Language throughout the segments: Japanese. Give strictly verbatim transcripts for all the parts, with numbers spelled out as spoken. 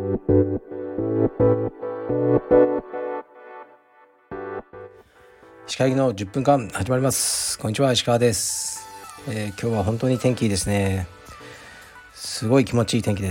石川のじゅっぷんかん始まります。こんにちは、石川です、えー、今日は本当に天気いいですね。すごい気持ちいい天気です。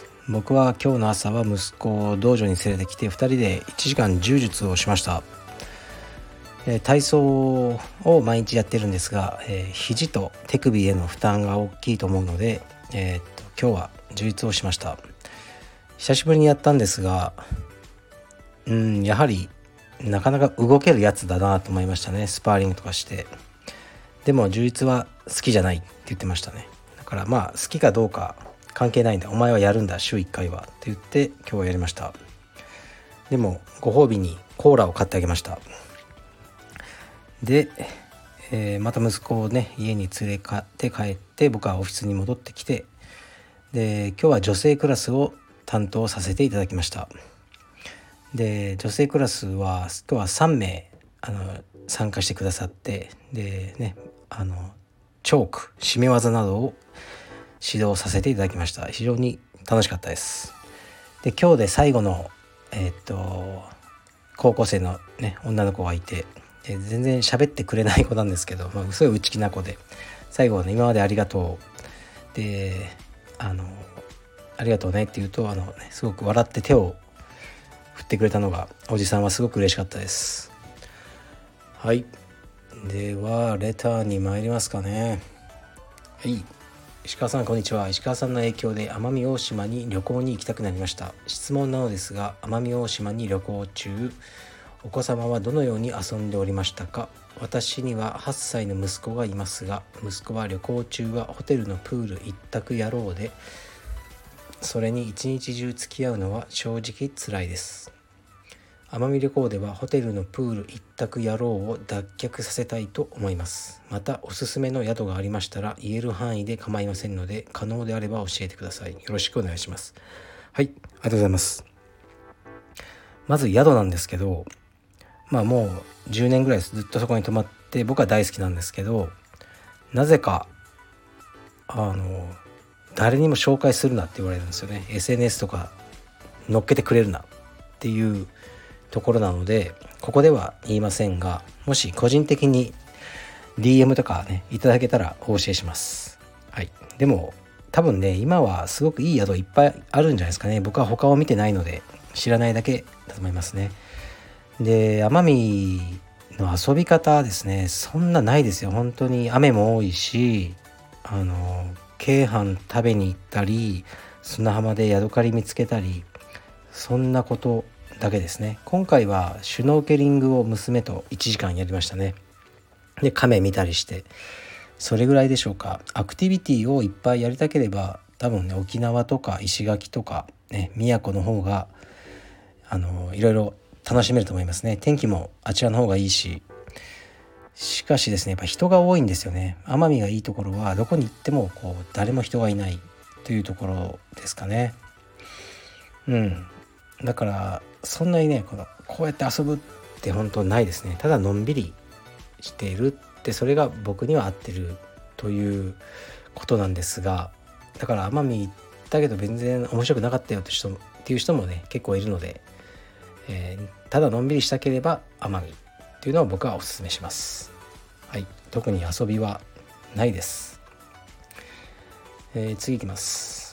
僕は今日の朝は息子を道場に連れてきてふたりでいちじかん柔術をしました。えー、体操を毎日やってるんですが、えー、肘と手首への負担が大きいと思うので、えー、っと今日は柔術をしました。久しぶりにやったんですが、うんやはりなかなか動けるやつだなと思いましたね。スパーリングとかして。でも柔術は好きじゃないって言ってましたね。だからまあ好きかどうか関係ないんだ、お前はやるんだ週いっかいはって言って今日はやりました。でもご褒美にコーラを買ってあげました。で、えー、また息子をね家に連れて帰って、僕はオフィスに戻ってきて、で今日は女性クラスを担当させていただきました。で女性クラスは今日はさんめいあの参加してくださって、でねあのチョーク締め技などを指導させていただきました。非常に楽しかったです。で今日で最後のえー、っと高校生のね女の子がいて、で全然喋ってくれない子なんですけど、まあ、すごい内気な子で、最後はね今までありがとうであのありがとうねって言うとあの、ね、すごく笑って手を振ってくれたのが、おじさんはすごく嬉しかったです。はい、ではレターに参りますかね。はい、石川さんこんにちは。石川さんの影響で奄美大島に旅行に行きたくなりました。質問なのですが、奄美大島に旅行中お子様はどのように遊んでおりましたか？私にははっさいの息子がいますが、息子は旅行中はホテルのプール一択野郎で、それに一日中付き合うのは正直つらいです。奄美旅行ではホテルのプール一択野郎を脱却させたいと思います。またおすすめの宿がありましたら言える範囲で構いませんので、可能であれば教えてください。よろしくお願いします。はい、ありがとうございます。まず宿なんですけど、まあもうじゅうねんぐらいずっとそこに泊まって、僕は大好きなんですけど、なぜかあの誰にも紹介するなって言われるんですよね。 エスエヌエス とか載っけてくれるなっていうところなので、ここでは言いませんが、もし個人的に ディーエム とかねいただけたらお教えします。はい、でも多分ね今はすごくいい宿いっぱいあるんじゃないですかね。僕は他を見てないので知らないだけだと思いますね。で奄美の遊び方ですね、そんなないですよ。本当に雨も多いし、あの京阪食べに行ったり、砂浜でヤドカリ見つけたり、そんなことだけですね。今回はシュノーケリングを娘といちじかんやりましたね。で亀見たりして、それぐらいでしょうか。アクティビティをいっぱいやりたければ多分ね沖縄とか石垣とかね宮古の方があのいろいろ楽しめると思いますね。天気もあちらの方がいいし、しかしですねやっぱ人が多いんですよね。奄美がいいところはどこに行ってもこう誰も人がいないというところですかね。うんだからそんなにねこのこうやって遊ぶって本当ないですね。ただのんびりしているって、それが僕には合ってるということなんですが、だから奄美行ったけど全然面白くなかったよって人っていう人もね結構いるので、えー、ただのんびりしたければ奄美っていうのを僕はお勧めします。はい、特に遊びはないです。えー、次いきます。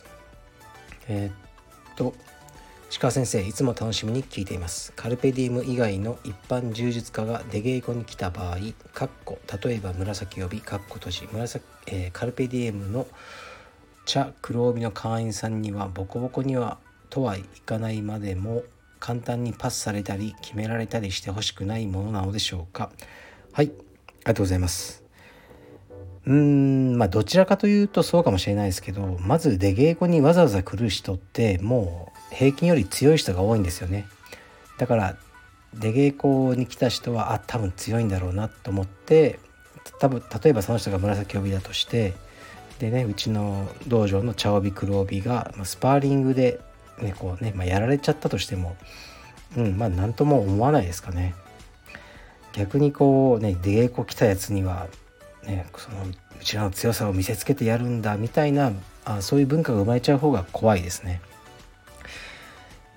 えー、っと石川先生いつも楽しみに聞いています。カルペディウム以外の一般柔術家が出稽古に来た場合、かっこ例えば紫帯かっこ閉じ紫、えー、カルペディウムの茶黒帯の会員さんにはボコボコにはとはいかないまでも簡単にパスされたり決められたりしてほしくないものなのでしょうか。はい、ありがとうございます。うーんまあどちらかというとそうかもしれないですけど、まず出稽古にわざわざ来る人ってもう平均より強い人が多いんですよね。だから出稽古に来た人はあ多分強いんだろうなと思って、多分例えばその人が紫帯だとして、でねうちの道場の茶帯黒帯がスパーリングでねこうね、まあ、やられちゃったとしても、うんまあ何とも思わないですかね。逆にこうね出稽古来たやつにはねそのうちらの強さを見せつけてやるんだみたいな、あそういう文化が生まれちゃう方が怖いですね。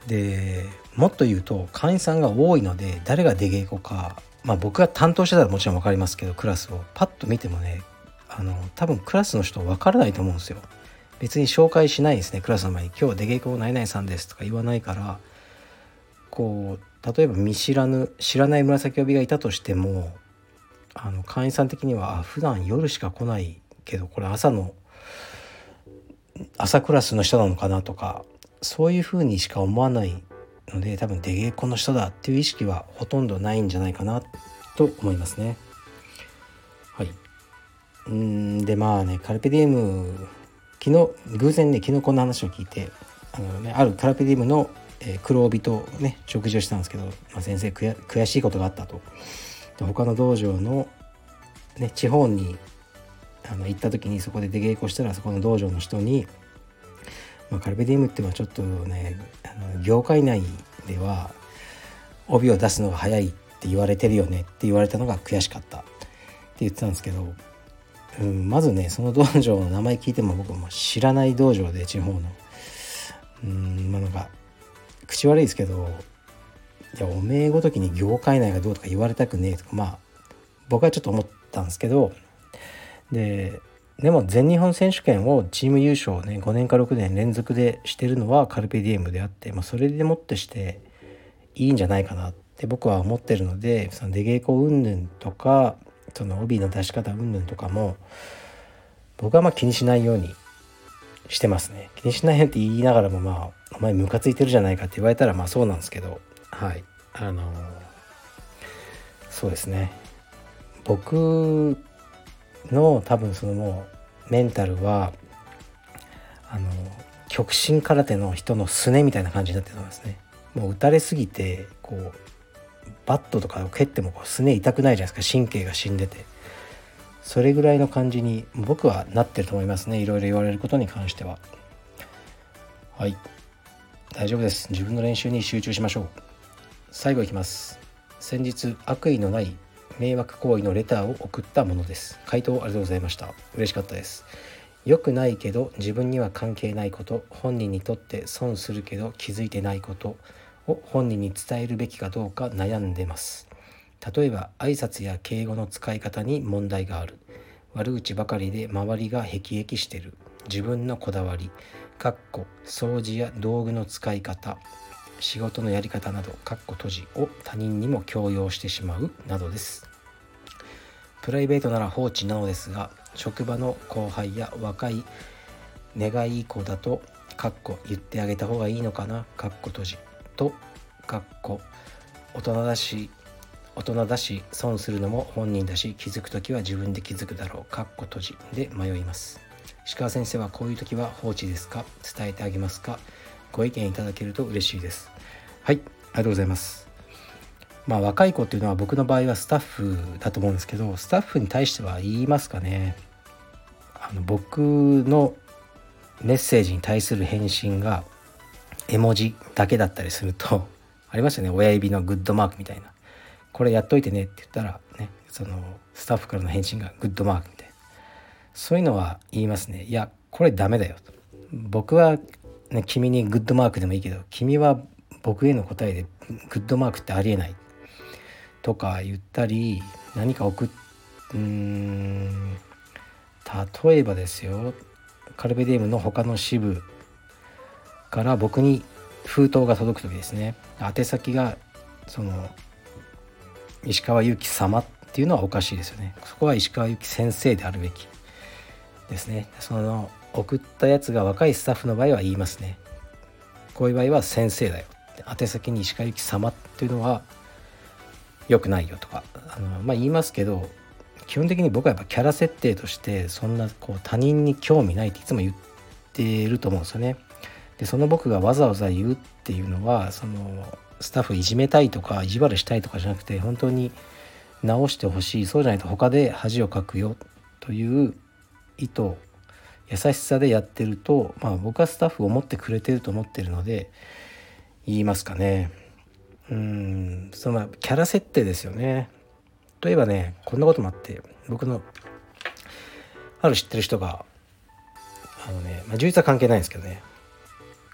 でもっと言うと会員さんが多いので誰が出稽古か、まあ僕が担当してたらもちろん分かりますけど、クラスをパッと見てもね、あの多分クラスの人分からないと思うんですよ。別に紹介しないですね。クラスの前に今日出稽古何々さんですとか言わないから、こう例えば見知らぬ知らない紫帯がいたとしても、あの会員さん的にはあ普段夜しか来ないけどこれ朝の朝クラスの人なのかなとか、そういう風にしか思わないので、多分出稽古の人だっていう意識はほとんどないんじゃないかなと思いますね。はい。うーんでまあねカルペディウム、昨日偶然ね昨日こんな話を聞いて、あの、ね、あるカルペディウムの、えー、黒帯とね食事をしたんですけど、まあ、先生悔悔しいことがあったと。で他の道場の、ね、地方にあの行った時にそこで出稽古したら、そこの道場の人に、まあ、カルペディウムっていうのはちょっとねあの業界内では帯を出すのが早いって言われてるよねって言われたのが悔しかったって言ってたんですけど、うん、まずねその道場の名前聞いても僕も知らない道場で、地方のうんまあなんか口悪いですけど、いやおめえごときに業界内がどうとか言われたくねえとか、まあ僕はちょっと思ったんですけど、ででも全日本選手権をチーム優勝をねごねんかろくねん連続でしてるのはカルペディエムであって、まあ、それでもってしていいんじゃないかなって僕は思ってるので、その出稽古云々とかその帯の出し方云々とかも僕はまあ気にしないようにしてますね。気にしないよって言いながらも、まあお前ムカついてるじゃないかって言われたらまあそうなんですけど、はいあのそうですね、僕の多分そのもうメンタルはあの極真空手の人のすねみたいな感じになってると思いますね。もう打たれすぎてこうバットとかを蹴ってもこうすね痛くないじゃないですか、神経が死んでて。それぐらいの感じに僕はなってると思いますね。いろいろ言われることに関しては。はい、大丈夫です。自分の練習に集中しましょう。最後いきます。先日悪意のない迷惑行為のレターを送ったものです。回答ありがとうございました。嬉しかったです。良くないけど自分には関係ないこと、本人にとって損するけど気づいてないことを本人に伝えるべきかどうか悩んでます。例えば挨拶や敬語の使い方に問題がある、悪口ばかりで周りがへきへきしてる、自分のこだわりかっこ掃除や道具の使い方、仕事のやり方などかっこ閉じを他人にも強要してしまうなどです。プライベートなら放置なのですが、職場の後輩や若い願いい子だとかっこ言ってあげた方がいいのかなかっこ閉じとかっこ大人だし大人だし損するのも本人だし気づくときは自分で気づくだろうかっこ閉じで迷います。石川先生はこういう時は放置ですか、伝えてあげますか、ご意見いただけると嬉しいです。はい、ありがとうございます。まあ若い子っていうのは僕の場合はスタッフだと思うんですけど、スタッフに対しては言いますかね、あの僕のメッセージに対する返信が絵文字だけだったりするとありますよね。親指のグッドマークみたいな、これやっといてねって言ったらね、そのスタッフからの返信がグッドマークみたいな、そういうのは言いますね。いやこれダメだよと。僕は、ね、君にグッドマークでもいいけど、君は僕への答えでグッドマークってありえないとか言ったり、何か送っうーん例えばですよ、カルベディウムの他の支部から僕に封筒が届く時ですね、宛先がその石川祐希様っていうのはおかしいですよね。そこは石川祐希先生であるべきですね。その送ったやつが若いスタッフの場合は言いますね。こういう場合は先生だよ、宛先に石川祐希様っていうのは良くないよとか、あのまあ言いますけど、基本的に僕はやっぱキャラ設定としてそんなこう他人に興味ないっていつも言っていると思うんですよね。でその僕がわざわざ言うっていうのは、そのスタッフいじめたいとか意地悪したいとかじゃなくて、本当に直してほしい、そうじゃないと他で恥をかくよという意図、優しさでやってると、まあ僕はスタッフを思ってくれてると思ってるので言いますかね。うーんそのキャラ設定ですよね。例えばね、こんなこともあって、僕のある知ってる人があのね、まあ、充実は関係ないんですけどね、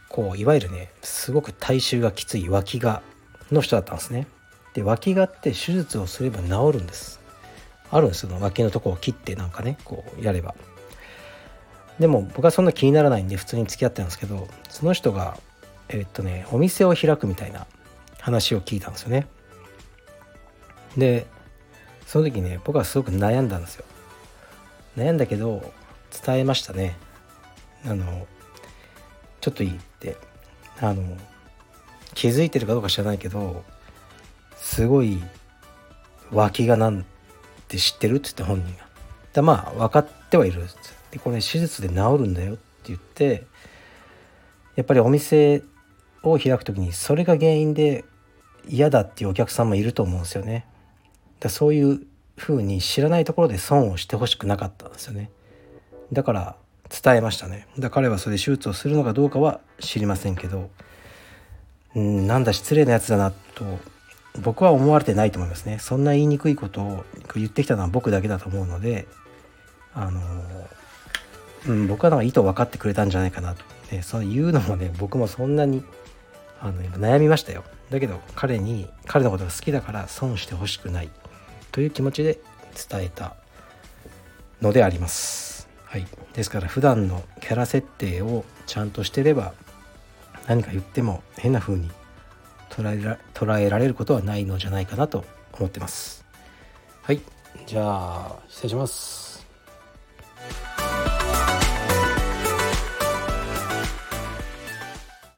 こういわゆるねすごく体臭がきつい脇がの人だったんですね。で脇がって手術をすれば治るんです。あるんですよ、脇のとこを切ってなんかねこうやれば。でも僕はそんな気にならないんで普通に付き合ってたんですけど、その人がえー、っとねお店を開くみたいな話を聞いたんですよね。でその時ね僕はすごく悩んだんですよ。悩んだけど伝えましたね。あのちょっといいって、あの気づいてるかどうか知らないけどすごい脇がなんて知ってるって言って本人がだまあ分かってはいる。でこれ手術で治るんだよって言って、やっぱりお店を開くときにそれが原因で嫌だっていうお客さんもいると思うんですよね。だそういう風に知らないところで損をしてほしくなかったんですよね。だから伝えましたね。だ彼はそれで手術をするのかどうかは知りませんけど、うんなんだ失礼なやつだなと僕は思われてないと思いますね。そんな言いにくいことを言ってきたのは僕だけだと思うので、あの、うん、僕はなんか意図分かってくれたんじゃないかなと、ね、そういうのもね僕もそんなにあの悩みましたよ。だけど彼に彼のことが好きだから損してほしくないという気持ちで伝えたのであります。はい、ですから普段のキャラ設定をちゃんとしてれば何か言っても変な風に捉えら、捉えられることはないのじゃないかなと思ってます。はい、じゃあ失礼します。